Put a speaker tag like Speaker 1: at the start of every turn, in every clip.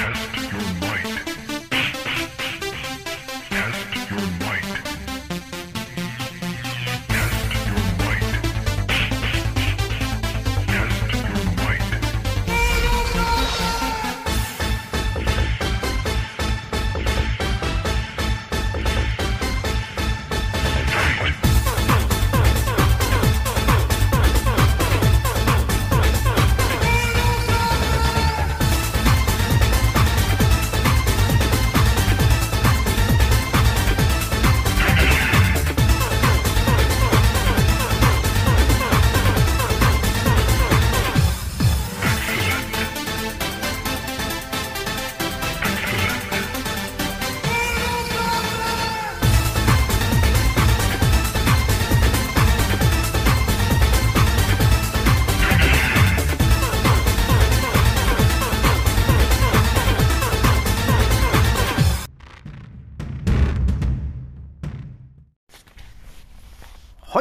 Speaker 1: はい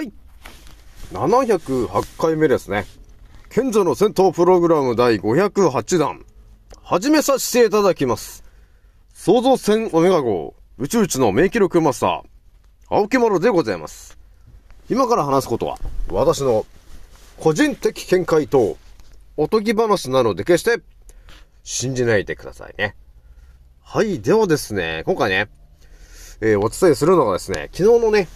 Speaker 1: 。708回目ですね。賢者の戦闘プログラム第508弾。始めさせていただきます。創造船オメガ号、宇宙一の名記録マスター、青木丸でございます。今から話すことは、私の個人的見解と、おとぎ話なので決して、信じないでくださいね。はい。ではですね、今回ね、お伝えするのがですね、昨日のね、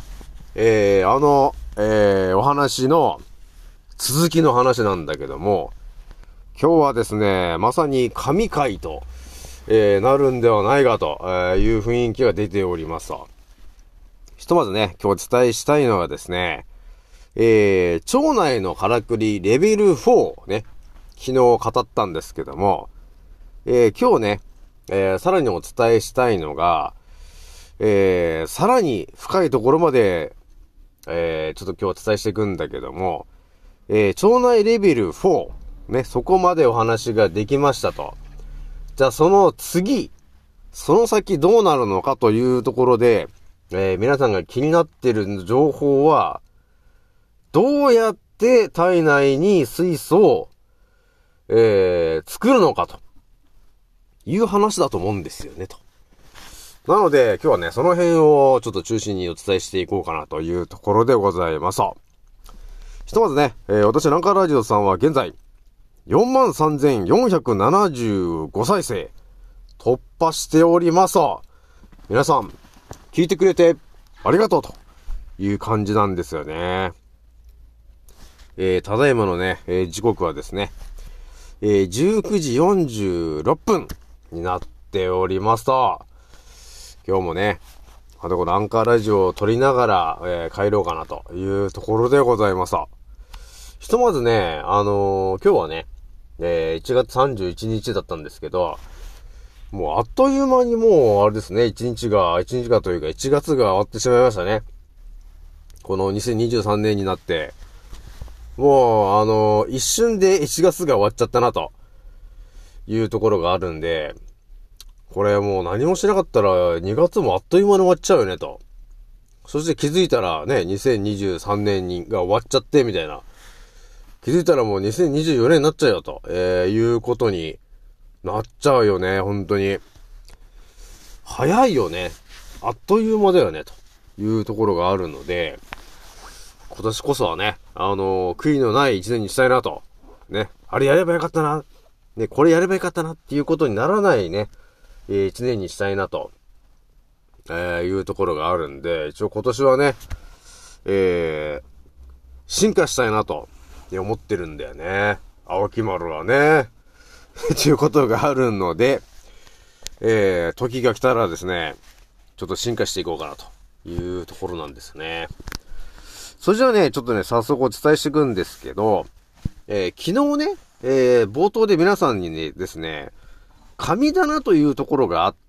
Speaker 1: お話の続きの話なんだけども、今日はですね、まさに神回と、なるんではないかという雰囲気が出ておりますと。ひとまずね、今日お伝えしたいのはですね、腸内のからくりレベル4をね、昨日語ったんですけども、今日ね、さらにお伝えしたいのが、さらに深いところまで、ちょっと今日お伝えしていくんだけども、腸内レベル4、ね、そこまでお話ができましたと。じゃあその次、その先どうなるのかというところで、皆さんが気になっている情報は、どうやって体内に水素を、作るのかという話だと思うんですよねと。なので、今日はね、その辺をちょっと中心にお伝えしていこうかなというところでございます。ひとまずね、私、ランカーラジオさんは現在、43,475 再生、突破しております。皆さん、聞いてくれて、ありがとうという感じなんですよね。ただいまのね、時刻はですね、19時46分になっておりますと、今日もね、このアンカーラジオを撮りながら、帰ろうかなというところでございます。ひとまずね、今日はね、1月31日だったんですけど、もうあっという間にもう、あれですね、1日がというか1月が終わってしまいましたね。この2023年になって、もう、一瞬で1月が終わっちゃったなというところがあるんで、これもう何もしなかったら2月もあっという間に終わっちゃうよねと。そして気づいたらね、2023年が終わっちゃってみたいな。気づいたらもう2024年になっちゃうよと、いうことになっちゃうよね、本当に。早いよね。あっという間だよね、というところがあるので、今年こそはね、悔いのない一年にしたいなと。ね、あれやればよかったな。ね、これやればよかったなっていうことにならないね、一年にしたいなと、いうところがあるんで、一応今年はね、進化したいなと思ってるんだよね。青木丸はね。っていうことがあるので、時が来たらですね、ちょっと進化していこうかなというところなんですね。それじゃあね、ちょっとね、早速お伝えしていくんですけど、昨日ね、冒頭で皆さんにね、ですね、神棚というところがあって、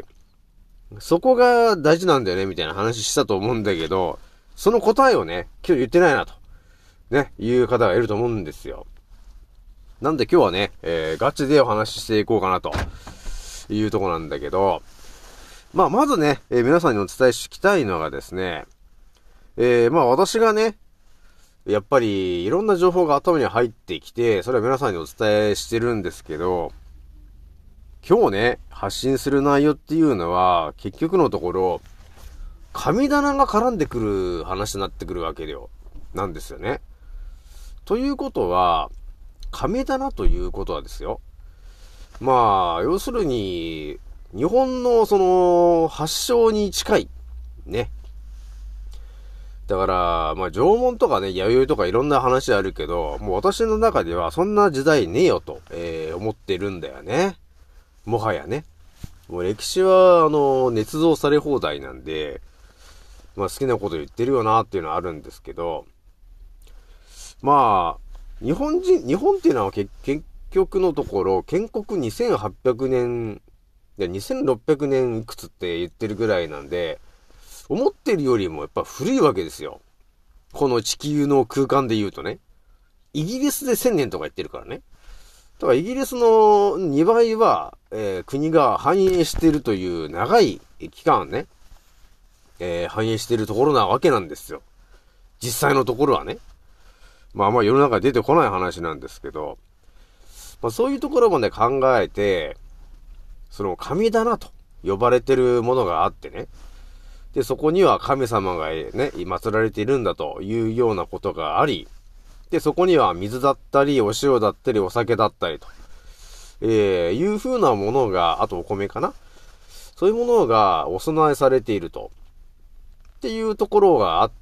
Speaker 1: そこが大事なんだよね、みたいな話したと思うんだけど、その答えをね、今日言ってないなと、ね、いう方がいると思うんですよ。なんで今日はね、ガチでお話ししていこうかなというところなんだけど、まずね、皆さんにお伝えしていきたいのがですね、私がね、やっぱりいろんな情報が頭に入ってきて、それは皆さんにお伝えしてるんですけど、 今日ね、発信する内容っていうのは、結局のところ、神棚が絡んでくる話になってくるわけなんですよね。ということは、神棚ということはですよ。まあ、要するに、日本のその、発祥に近い。ね。だから、まあ、縄文とかね、弥生とかいろんな話あるけど、もう私の中ではそんな時代ねえよと、思ってるんだよね。もはやね。もう歴史は、捏造され放題なんで、まあ好きなこと言ってるよなっていうのはあるんですけど、まあ、日本っていうのは結局のところ、建国2800年、2600年いくつって言ってるぐらいなんで、思ってるよりもやっぱ古いわけですよ。この地球の空間で言うとね。イギリスで1000年とか言ってるからね。だからイギリスの2倍は、国が繁栄しているという長い期間ね、繁栄しているところなわけなんですよ。実際のところはね。まあまあ世の中に出てこない話なんですけど、まあそういうところまで考えて、その神棚と呼ばれてるものがあってね。で、そこには神様がね、祀られているんだというようなことがあり、で、そこには水だったり、お塩だったり、お酒だったりと、いう風なものが、あとお米かな。そういうものがお供えされていると。っていうところがあって、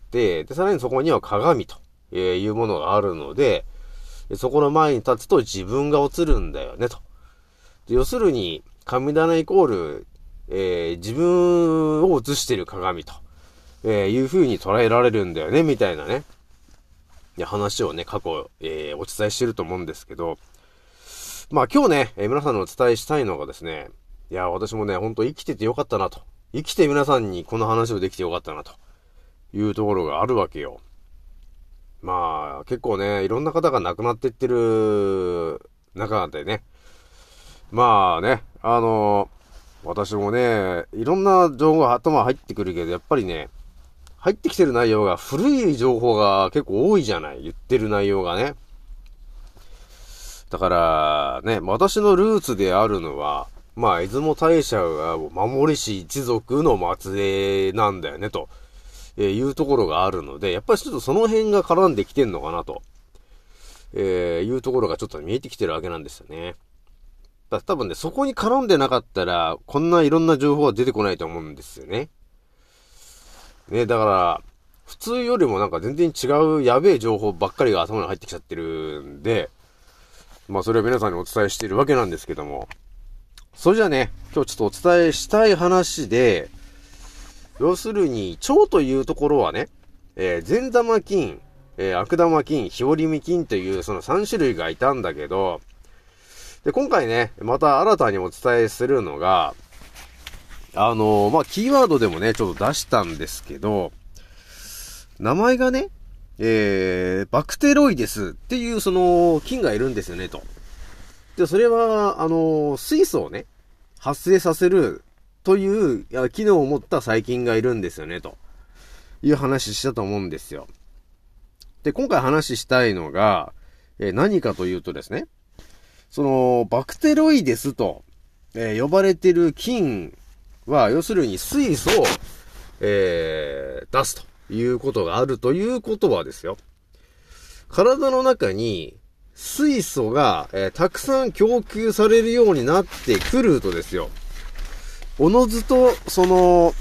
Speaker 1: で、さらにそこには鏡と、いうものがあるので、そこの前に立つと自分が映るんだよね、と。で要するに、神棚イコール、自分を映している鏡と、いう風に捉えられるんだよね、みたいなね。話をね、過去、お伝えしてると思うんですけど、まあ今日ね、皆さんにお伝えしたいのがですね、いや、私もね、ほんと生きててよかったなと。生きて皆さんにこの話をできてよかったなというところがあるわけよ。まあ、結構ね、いろんな方が亡くなっていってる中なんでね。まあね、私もね、いろんな情報が頭入ってくるけど、やっぱりね、入ってきてる内容が古い情報が結構多いじゃない。言ってる内容がね。だからね、私のルーツであるのは、まあ、出雲大社が守し一族の末裔なんだよね、というところがあるので、やっぱりちょっとその辺が絡んできてんのかな、というところがちょっと見えてきてるわけなんですよね。だ多分ね、そこに絡んでなかったら、こんないろんな情報は出てこないと思うんですよね。ね、だから、普通よりもなんか全然違うやべえ情報ばっかりが頭に入ってきちゃってるんで、まあそれを皆さんにお伝えしているわけなんですけども。それじゃあね、今日ちょっとお伝えしたい話で、要するに、蝶というところはね、善玉菌、悪玉菌、日和見菌というその3種類がいたんだけど、で、今回ね、また新たにお伝えするのが、まあ、キーワードでもね、ちょっと出したんですけど、名前がね、バクテロイデスっていうその菌がいるんですよね、と。で、それは、水素をね、発生させるという機能を持った細菌がいるんですよね、という話したと思うんですよ。で、今回話したいのが、何かというとですね、その、バクテロイデスと、呼ばれてる菌は、要するに水素を、出すということがあるということはですよ。体の中に水素が、たくさん供給されるようになってくるとですよ。おのずと、その、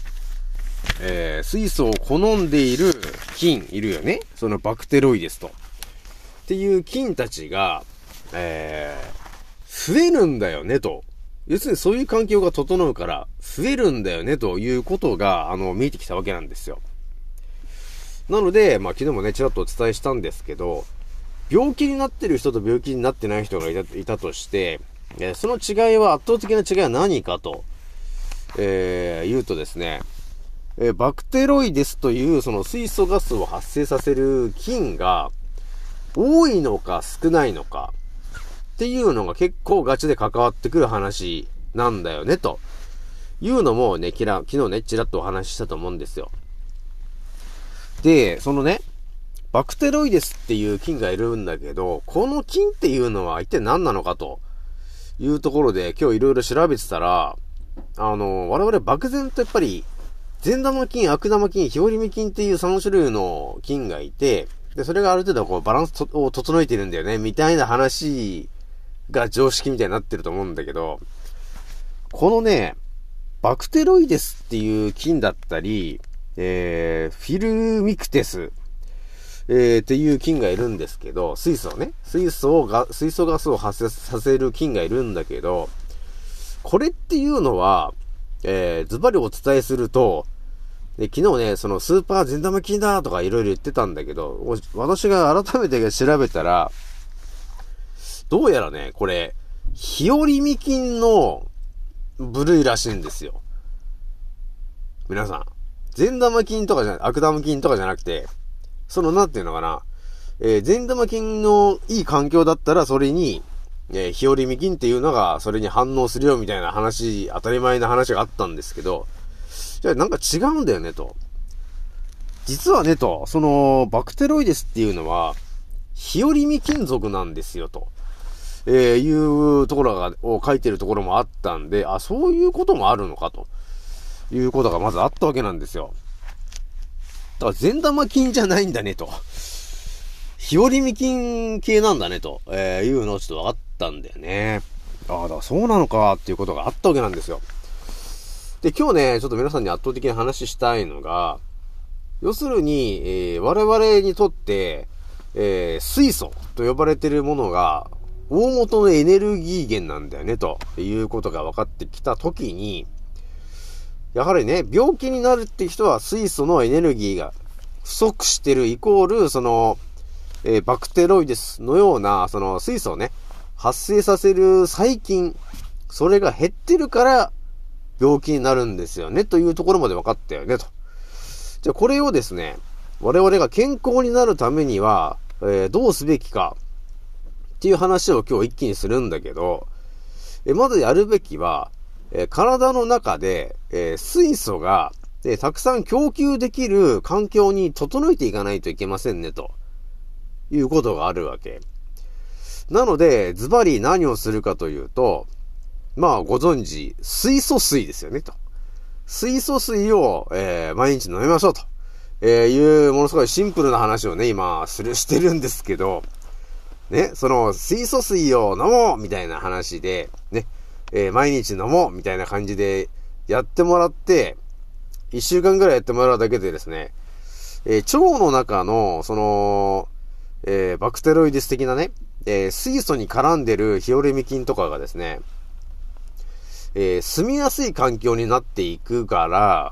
Speaker 1: 水素を好んでいる菌いるよね。そのバクテロイデスと。っていう菌たちが、増えるんだよねと。要するにそういう環境が整うから増えるんだよねということが見えてきたわけなんですよ。なので、まあ昨日もねちらっとお伝えしたんですけど、病気になってる人と病気になってない人がいたとして、その違いは圧倒的な違いは何かと、言うとですね、バクテロイデスというその水素ガスを発生させる菌が多いのか少ないのかっていうのが結構ガチで関わってくる話なんだよねというのもね、昨日ねちらっとお話ししたと思うんですよ。で、そのね、バクテロイデスっていう菌がいるんだけど、この菌っていうのは一体何なのかというところで今日いろいろ調べてたら、我々漠然とやっぱり、善玉菌、悪玉菌、日和見菌っていう3種類の菌がいて、で、それがある程度こうバランスを整えてるんだよね、みたいな話が常識みたいになってると思うんだけど、このね、バクテロイデスっていう菌だったり、フィルミクテス、っていう菌がいるんですけど、水素ガスを発生させる菌がいるんだけど、これっていうのは、ズバリお伝えすると、で昨日ね、そのスーパー善玉菌だとかいろいろ言ってたんだけど、私が改めて調べたら、どうやらね、これ、日和見菌の部類らしいんですよ。皆さん。善玉菌とか悪玉菌とかじゃなくて、なんていうのかな、善玉菌のいい環境だったらそれに、日和見菌っていうのがそれに反応するよみたいな話、当たり前な話があったんですけど、じゃあなんか違うんだよねと。実はねと、バクテロイデスっていうのは、日和見菌属なんですよと。いうところを書いてるところもあったんで、そういうこともあるのかと。いうことがまずあったわけなんですよ。だから善玉菌じゃないんだねと。日和見菌系なんだねと、いうのをちょっと分かったんだよね。だからそうなのかっていうことがあったわけなんですよ。で、今日ね、ちょっと皆さんに圧倒的に話したいのが、要するに、我々にとって、水素と呼ばれているものが、大元のエネルギー源なんだよね、ということが分かってきたときに、やはりね、病気になるって人は水素のエネルギーが不足してるイコール、バクテロイデスのような、水素をね、発生させる細菌、それが減ってるから病気になるんですよね、というところまで分かったよね、と。じゃあこれをですね、我々が健康になるためには、どうすべきかっていう話を今日一気にするんだけど、まずやるべきは、体の中で、水素が、たくさん供給できる環境に整えていかないといけませんね、ということがあるわけ。なので、ズバリ何をするかというと、まあご存知、水素水ですよね、と。水素水を、毎日飲みましょうと、いうものすごいシンプルな話をね、今してるんですけど、ね、水素水を飲もうみたいな話で、ね、毎日飲もうみたいな感じでやってもらって、1週間ぐらいやってもらうだけでですね、腸の中の、バクテロイデス的なね、水素に絡んでる日和見菌とかがですね、住みやすい環境になっていくから、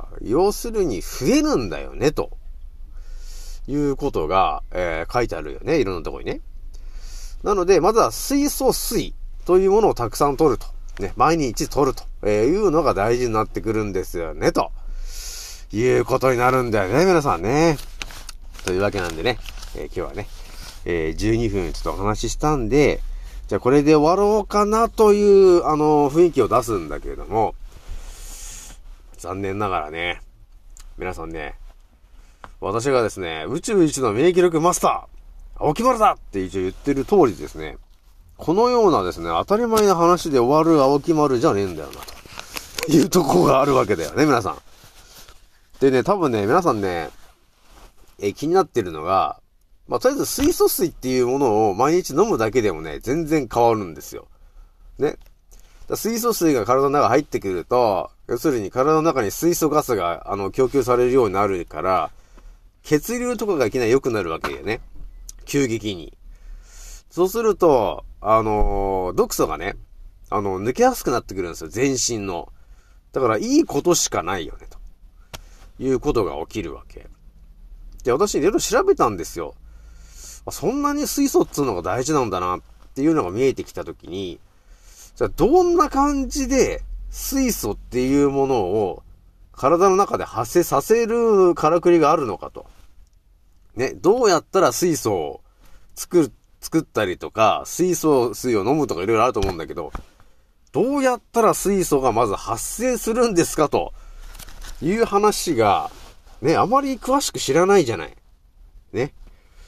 Speaker 1: 要するに増えるんだよね、ということが、書いてあるよね、いろんなところにね。なので、まずは水素水というものをたくさん取ると。ね、毎日取るというのが大事になってくるんですよね、ということになるんだよね、皆さんね。というわけなんでね、今日はね、12分ちょっとお話ししたんで、じゃあこれで終わろうかなという、雰囲気を出すんだけれども、残念ながらね、皆さんね、私がですね、宇宙一の免疫力マスター、青木丸だって一応言ってる通りですね、このようなですね、当たり前な話で終わる青木丸じゃねえんだよな、というとこがあるわけだよね、皆さん。でね、多分ね、皆さんね、気になってるのが、まあ、とりあえず水素水っていうものを毎日飲むだけでもね、全然変わるんですよ。ね。水素水が体の中入ってくると、要するに体の中に水素ガスが、供給されるようになるから、血流とかがいきなり良くなるわけよね。急激に。そうすると、毒素がね、抜けやすくなってくるんですよ、全身の。だから、いいことしかないよね、ということが起きるわけ。で、私いろいろ調べたんですよ。そんなに水素っていうのが大事なんだな、っていうのが見えてきたときに、じゃあ、どんな感じで、水素っていうものを、体の中で発生させるからくりがあるのかと。ね、どうやったら水素を作ったりとか、水素水を飲むとかいろいろあると思うんだけど、どうやったら水素がまず発生するんですかという話が、ね、あまり詳しく知らないじゃない。ね。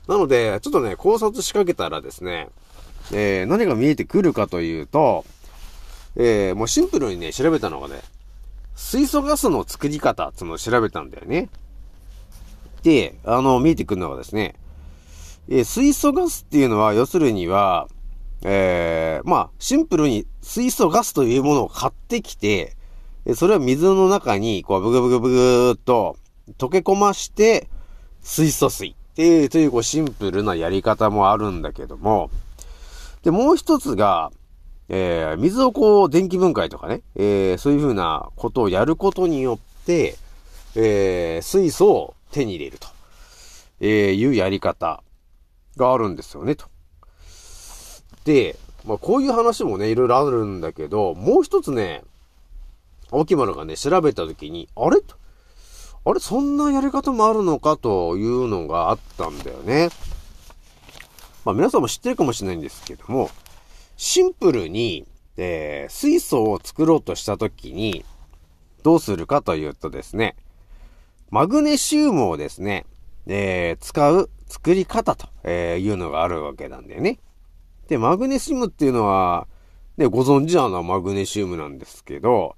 Speaker 1: なので、ちょっとね、考察しかけたらですね、何が見えてくるかというと、もうシンプルにね、調べたのがね、水素ガスの作り方っていうのを調べたんだよね。で、見えてくるのがですね、水素ガスっていうのは、要するには、シンプルに水素ガスというものを買ってきて、それは水の中に、こう、ブグブグブグーっと溶け込まして、水素水という、こう、シンプルなやり方もあるんだけども、で、もう一つが、水をこう、電気分解とかね、そういうふうなことをやることによって、水素を手に入れると、いうやり方があるんですよね、と。で、こういう話もね、いろいろあるんだけど、もう一つね、青木丸がね、調べたときに、あれ、そんなやり方もあるのかというのがあったんだよね。皆さんも知ってるかもしれないんですけども、シンプルに、水素を作ろうとしたときに、どうするかというとですね、マグネシウムをですね、使う作り方というのがあるわけなんだよね。で、マグネシウムっていうのは、ね、ご存知マグネシウムなんですけど、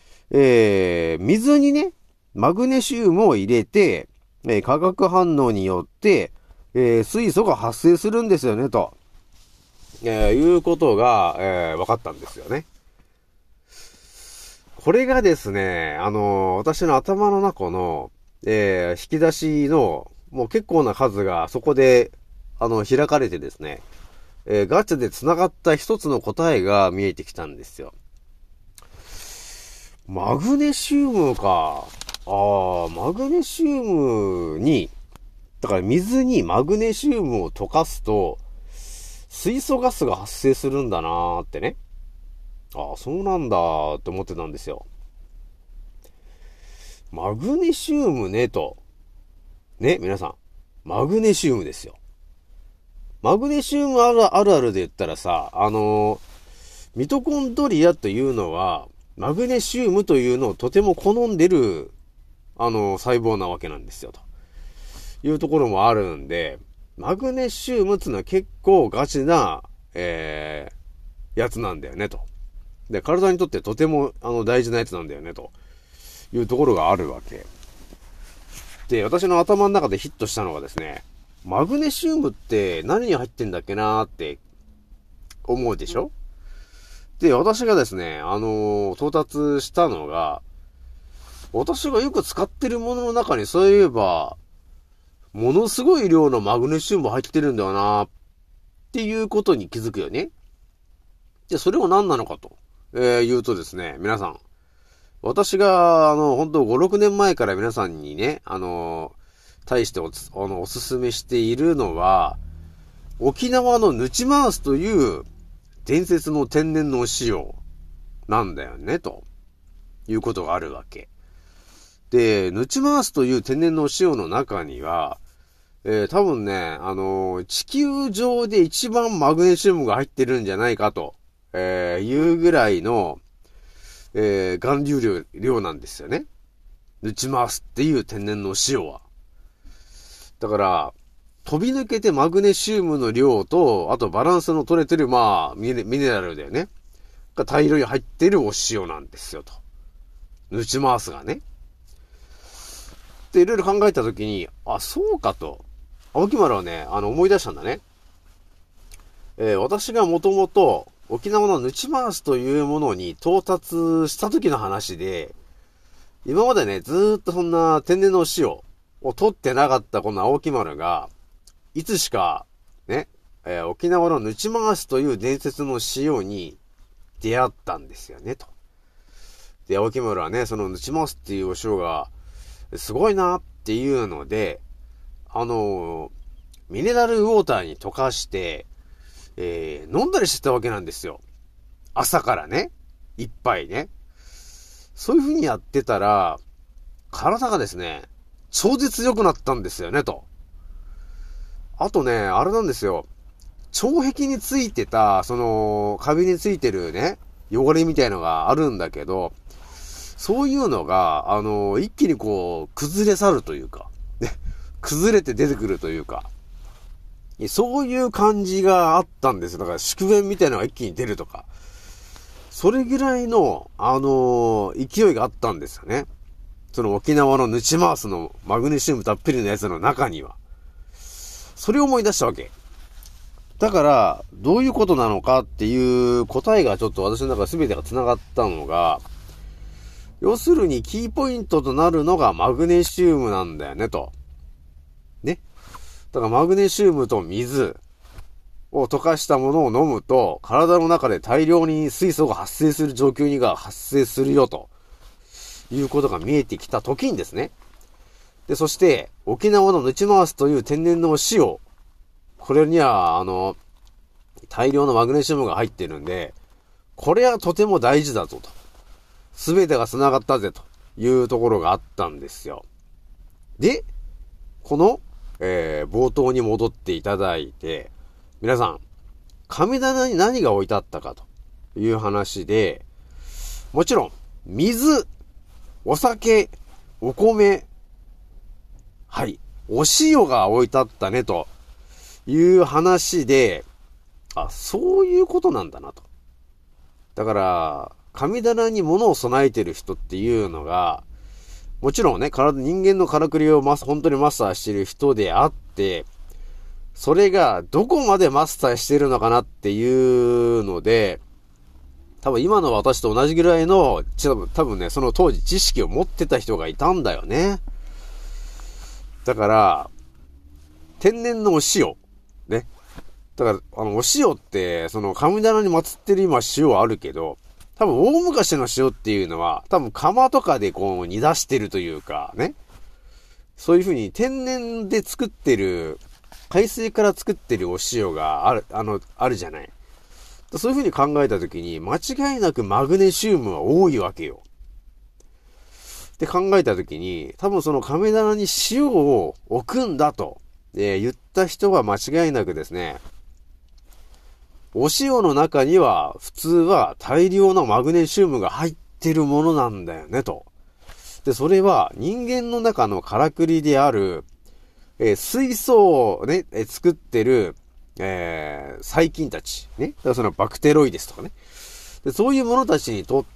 Speaker 1: 水にね、マグネシウムを入れて、化学反応によって、水素が発生するんですよね、と、いうことが、分かったんですよね。これがですね、私の頭の中の、引き出しの、もう結構な数がそこで、開かれてですね、ガチで繋がった一つの答えが見えてきたんですよ。マグネシウムか。マグネシウムに、だから水にマグネシウムを溶かすと、水素ガスが発生するんだなーってね。そうなんだーって思ってたんですよ。マグネシウムねと。ね、皆さん。マグネシウムですよ。マグネシウムあるあるで言ったらさ、ミトコンドリアというのは、マグネシウムというのをとても好んでる、細胞なわけなんですよ、というところもあるんで、マグネシウムっていうのは結構ガチな、やつなんだよね、と。で、体にとってとても、大事なやつなんだよね、というところがあるわけ。で、私の頭の中でヒットしたのがですね、マグネシウムって何に入ってんだっけなーって思うでしょ？で、私がですね、到達したのが、私がよく使ってるものの中にそういえば、ものすごい量のマグネシウム入ってるんだよなっていうことに気づくよね。で、それは何なのかと、言うとですね、皆さん。私が、本当5、6年前から皆さんにね、対しておすすめしているのは、沖縄のヌチマースという伝説の天然のお塩なんだよね、ということがあるわけ。で、ヌチマースという天然のお塩の中には、多分ね、地球上で一番マグネシウムが入ってるんじゃないかと、いうぐらいの、含有量なんですよね。ヌチマースっていう天然のお塩は。だから、飛び抜けてマグネシウムの量と、あとバランスの取れてる、ミネラルだよね。が大量に入ってるお塩なんですよ、と。ヌチマースがね。で、いろいろ考えたときに、そうかと。青木丸はね、思い出したんだね。私がもともと沖縄のヌチマースというものに到達した時の話で、今までね、ずーっとそんな天然のお塩を取ってなかったこの青木丸が、いつしか、ね、沖縄のヌチマースという伝説の塩に出会ったんですよね、と。で、青木丸はね、そのヌチマースっていうお塩が、すごいなっていうので、ミネラルウォーターに溶かして、飲んだりしてたわけなんですよ。朝からね、一杯ね。そういう風にやってたら、体がですね、超絶良くなったんですよね、と。あとね、あれなんですよ。腸壁についてた、カビについてるね、汚れみたいのがあるんだけど、そういうのが、一気にこう、崩れ去るというか、ね、崩れて出てくるというか、 そういう感じがあったんですよ。だから祝宴みたいなのが一気に出るとか。それぐらいの、勢いがあったんですよね。その沖縄のヌチマースのマグネシウムたっぷりのやつの中には。それを思い出したわけ。だから、どういうことなのかっていう答えがちょっと私の中で全てが繋がったのが、要するにキーポイントとなるのがマグネシウムなんだよねと。ね。だからマグネシウムと水を溶かしたものを飲むと、体の中で大量に水素が発生する状況が発生するよということが見えてきた時にですね。で、そして沖縄のヌチマースという天然のお塩、これには大量のマグネシウムが入ってるんで、これはとても大事だぞと。すべてが繋がったぜというところがあったんですよ。で、この、冒頭に戻っていただいて、皆さん、神棚に何が置いてあったかという話で、もちろん、水、お酒、お米、はい、お塩が置いてあったねという話で、あ、そういうことなんだなと。だから、神棚に物を備えてる人っていうのが、もちろんね、人間のからくりを本当にマスターしてる人であって、それがどこまでマスターしてるのかなっていうので、多分今の私と同じぐらいの、多分ね、その当時知識を持ってた人がいたんだよね。だから、天然のお塩、ね。だから、お塩って、その神棚に祀ってる今塩はあるけど、多分大昔の塩っていうのは、多分釜とかでこう煮出してるというか、ね。そういう風に天然で作ってる、海水から作ってるお塩があるじゃない。そういう風に考えたときに、間違いなくマグネシウムは多いわけよ。って考えたときに、多分その神棚に塩を置くんだと、言った人は間違いなくですね、お塩の中には普通は大量のマグネシウムが入ってるものなんだよねと。で、それは人間の中のからくりである、水素をね、作ってる、細菌たち、ね。だからそのバクテロイデスとかね。で、そういうものたちにとって、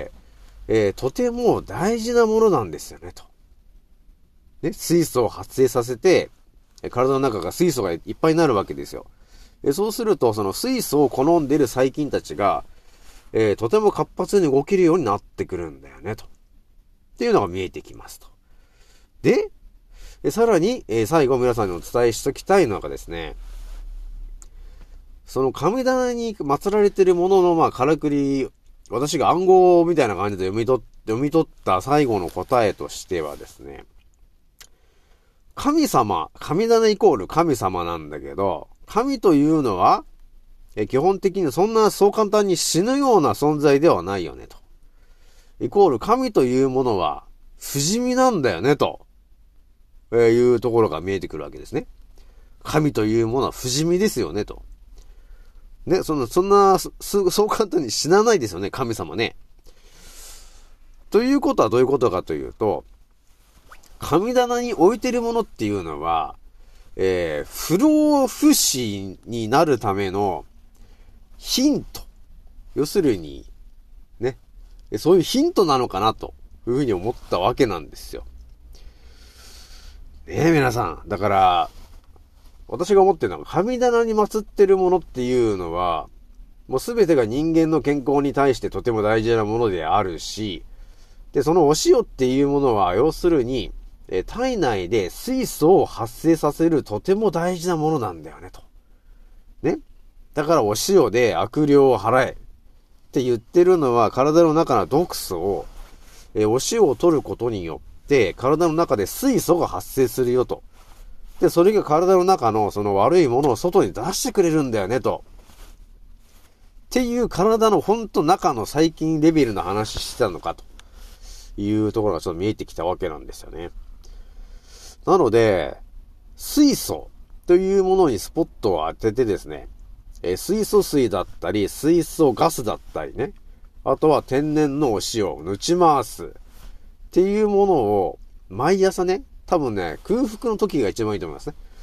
Speaker 1: とても大事なものなんですよねと。ね、水素を発生させて、体の中が水素がいっぱいになるわけですよ。そうすると、その水素を好んでいる細菌たちが、とても活発に動けるようになってくるんだよねと。っていうのが見えてきますと。で、さらに、最後皆さんにお伝えしときたいのがですね、その神棚に祀られているものの、からくり、私が暗号みたいな感じで読み取った最後の答えとしてはですね、神棚イコール神様なんだけど、神というのは、基本的にそう簡単に死ぬような存在ではないよねと。イコール神というものは不死身なんだよねと、いうところが見えてくるわけですね。神というものは不死身ですよねと。ね、そう簡単に死なないですよね、神様ね。ということはどういうことかというと、神棚に置いてるものっていうのは、不老不死になるためのヒント。要するに、ね、そういうヒントなのかなというふうに思ったわけなんですよ。ねえ、皆さん。だから、私が思ってるのは、神棚に祀ってるものっていうのは、もうすべてが人間の健康に対してとても大事なものであるし、で、そのお塩っていうものは、要するに、体内で水素を発生させるとても大事なものなんだよね、と。ね。だからお塩で悪霊を払えって言ってるのは、体の中の毒素を、お塩を取ることによって、体の中で水素が発生するよと。で、それが体の中のその悪いものを外に出してくれるんだよね、と。っていう体のほんと中の細菌レベルの話してたのかというところがちょっと見えてきたわけなんですよね。なので、水素というものにスポットを当ててですね、水素水だったり、水素ガスだったりね、あとは天然のお塩、ぬち回すっていうものを毎朝ね、多分ね、空腹の時が一番いいと思いますね。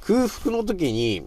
Speaker 1: 空腹の時に、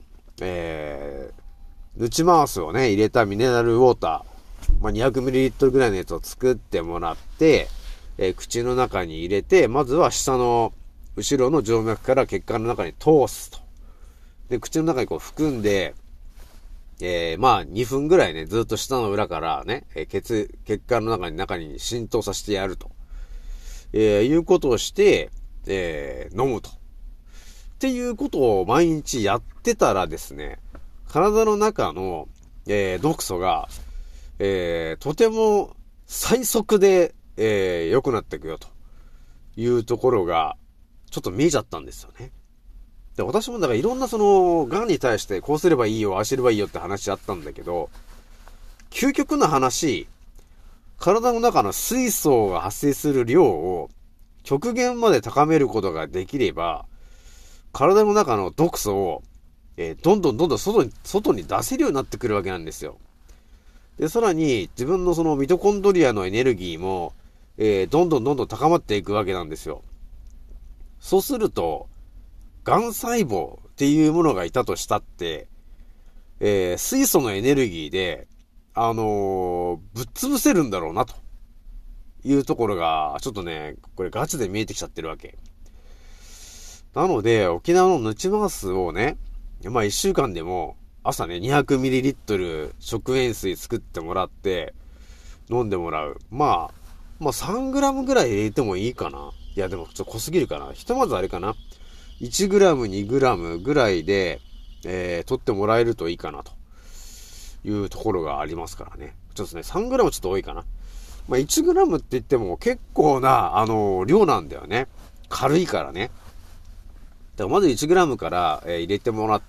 Speaker 1: ヌチマースをね、入れたミネラルウォーター、200ml ぐらいのやつを作ってもらって、口の中に入れて、まずは下の、後ろの静脈から血管の中に通すと。で、口の中にこう含んで、2分ぐらいね、ずっと下の裏からね、血管の中に浸透させてやると。いうことをして、飲むと。っていうことを毎日やってたらですね、体の中の、毒素が、とても最速で、良くなっていくよというところが、ちょっと見えちゃったんですよね。で、私もだからいろんな癌に対してこうすればいいよ、ああすればいいよって話あったんだけど、究極の話、体の中の水素が発生する量を極限まで高めることができれば、体の中の毒素を、どんどん外に出せるようになってくるわけなんですよ。で、さらに自分のそのミトコンドリアのエネルギーも、どんどん高まっていくわけなんですよ。そうすると、癌細胞っていうものがいたとしたって、水素のエネルギーで、ぶっ潰せるんだろうなというところが、ちょっとね、これガチで見えてきちゃってるわけ。なので、沖縄のヌチマースをね、1週間でも朝ね、200ml 食塩水作ってもらって、飲んでもらう。3g ぐらい入れてもいいかな。いや、でもちょっと濃すぎるかな。ひとまずあれかな。1g、2g ぐらいで、取ってもらえるといいかなというところがありますからね。ちょっとね、3g ちょっと多いかな。1g って言っても結構な、量なんだよね。軽いからね。だからまず 1g から、入れてもらって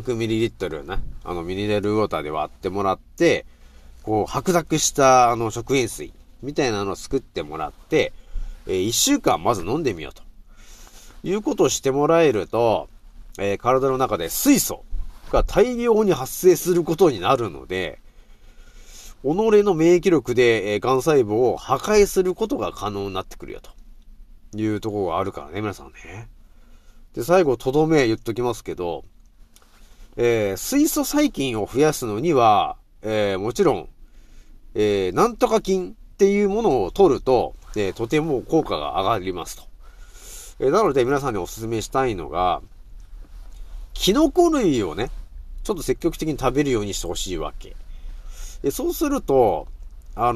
Speaker 1: 200ml ね。ミネラルウォーターで割ってもらって、こう、白濁した食塩水みたいなのを作ってもらって、1週間まず飲んでみようと。いうことをしてもらえると、体の中で水素が大量に発生することになるので、己の免疫力で、癌細胞を破壊することが可能になってくるよというところがあるからね、皆さんね。で、最後、とどめ言っときますけど、水素細菌を増やすのには、もちろん、なんとか菌っていうものを取ると、とても効果が上がりますと。なので皆さんにお勧めしたいのが、キノコ類をね、ちょっと積極的に食べるようにしてほしいわけ。そうすると、バ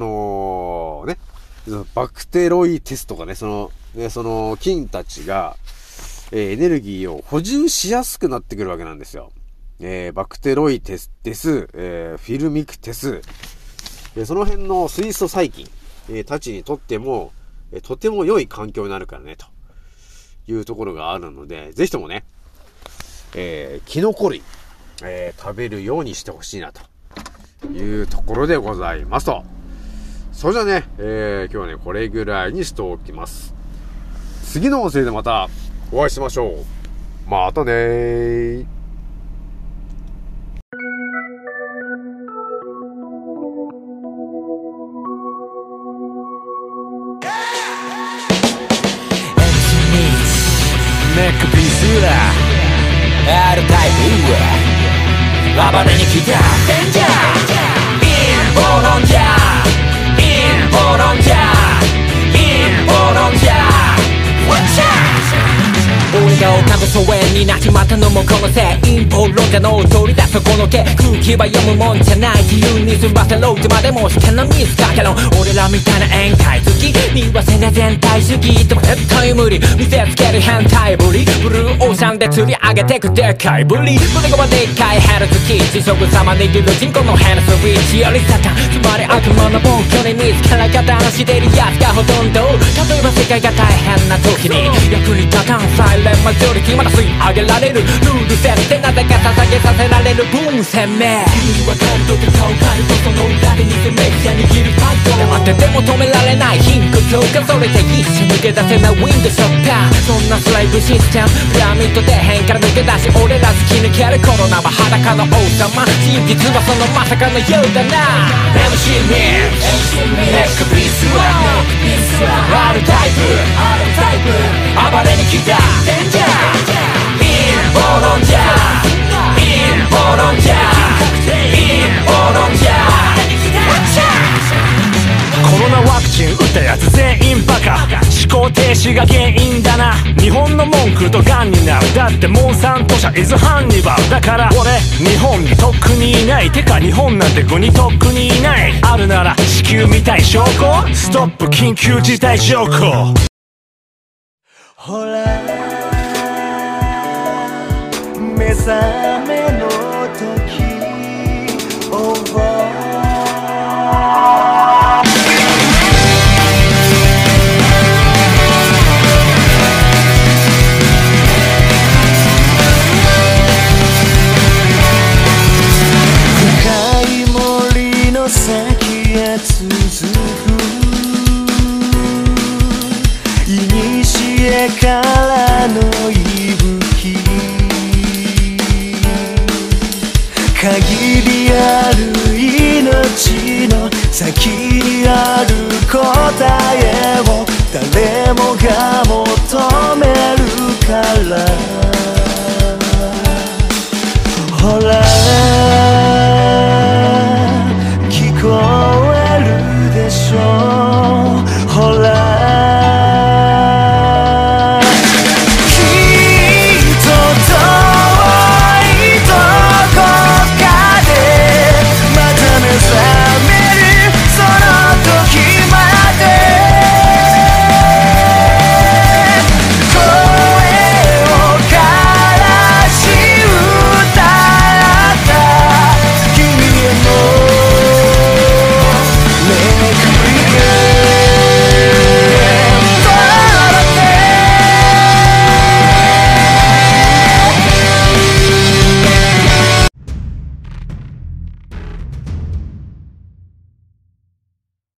Speaker 1: クテロイテスとかね、その菌たちが、エネルギーを補充しやすくなってくるわけなんですよ。バクテロイテス、フィルミクテス、その辺の水素細菌、たちにとっても、とても良い環境になるからね、というところがあるので、ぜひともね、キノコ類、食べるようにしてほしいな、というところでございますと。それじゃね、今日はね、これぐらいにしておきます。次の音声でまたお会いしましょう。またねー。
Speaker 2: ネックピースだ R タイプ暴れに来たデンジャーインボロンジャーインボロンジャーインボロンジャーワッチャー俺が丘の疎遠になっちまったのもこのせい陰謀論者の取り出すこの毛空気は読むもんじゃない自由に済ませろってまでもしてんのミスかけろ俺らみたいな宴会好きにはせね全体主義でも絶対無理見せつける変態ぶりブルーオーシャンで釣り上げてくでっかいぶり胸がでっかいヘルツキー地食様握る人口のヘルスリーチよりサタンつまり悪魔の暴挙に見つから方のしてるやつがほとんど例えば世界が大変な時に役に立たんサイレンマジョリティまだ吸い上げられるルール設定なぜか捧げさせられる分鮮明君はカルトで顔変えるとその裏で偽メディア握るパッド黙ってても止められない貧困強化それで一瞬抜け出せないウィンドショッターそんなスライブシステムピラミッド底辺から抜け出し俺ら突き抜けるコロナは裸の王様真実はそのまさかのようだな MC ミッチネックピースは R タイプ暴れに来たデンジャーインボロンジャー
Speaker 3: 停止が原因だな。日本の文句とガンになる。だってモンサント社イズハンニバルだから。俺日本にとっくにいない。てか日本なんて国とっくにいない。あるなら地球みたい証拠。ストップ緊急事態条項。ほら目覚めの時 over。先へ続く古からの息吹。限りある命の先にある答えを誰もが求めるから。